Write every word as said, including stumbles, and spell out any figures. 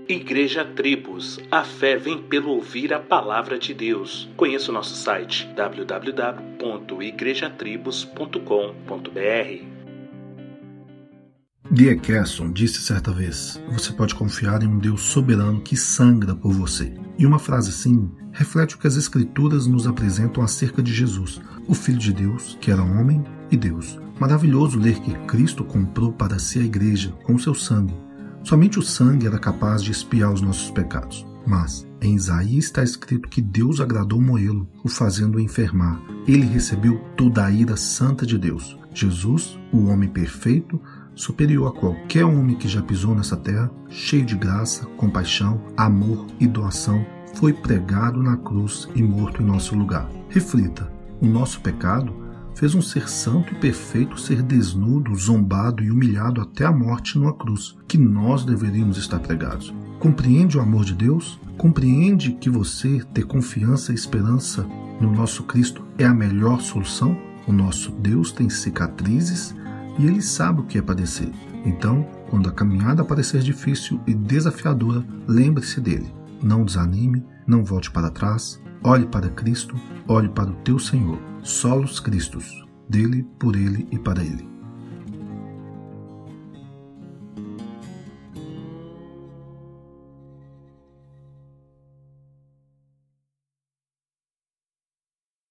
Igreja Tribos, a fé vem pelo ouvir a palavra de Deus. Conheça o nosso site w w w ponto igreja tribos ponto com ponto b r. D A Carson disse certa vez: você pode confiar em um Deus soberano que sangra por você. E uma frase assim reflete o que as Escrituras nos apresentam acerca de Jesus, o Filho de Deus, que era homem e Deus. Maravilhoso ler que Cristo comprou para si a igreja com seu sangue. Somente o sangue era capaz de expiar os nossos pecados. Mas em Isaías está escrito que Deus agradou moê-lo, o fazendo enfermar. Ele recebeu toda a ira santa de Deus. Jesus, o homem perfeito, superior a qualquer homem que já pisou nessa terra, cheio de graça, compaixão, amor e doação, foi pregado na cruz e morto em nosso lugar. Reflita, o nosso pecado fez um ser santo e perfeito ser desnudo, zombado e humilhado até a morte numa cruz, que nós deveríamos estar pregados. Compreende o amor de Deus? Compreende que você ter confiança e esperança no nosso Cristo é a melhor solução? O nosso Deus tem cicatrizes e Ele sabe o que é padecer. Então, quando a caminhada parecer difícil e desafiadora, lembre-se dele. Não desanime, não volte para trás. Olhe para Cristo, olhe para o teu Senhor. Solos Cristos, dele, por ele e para ele.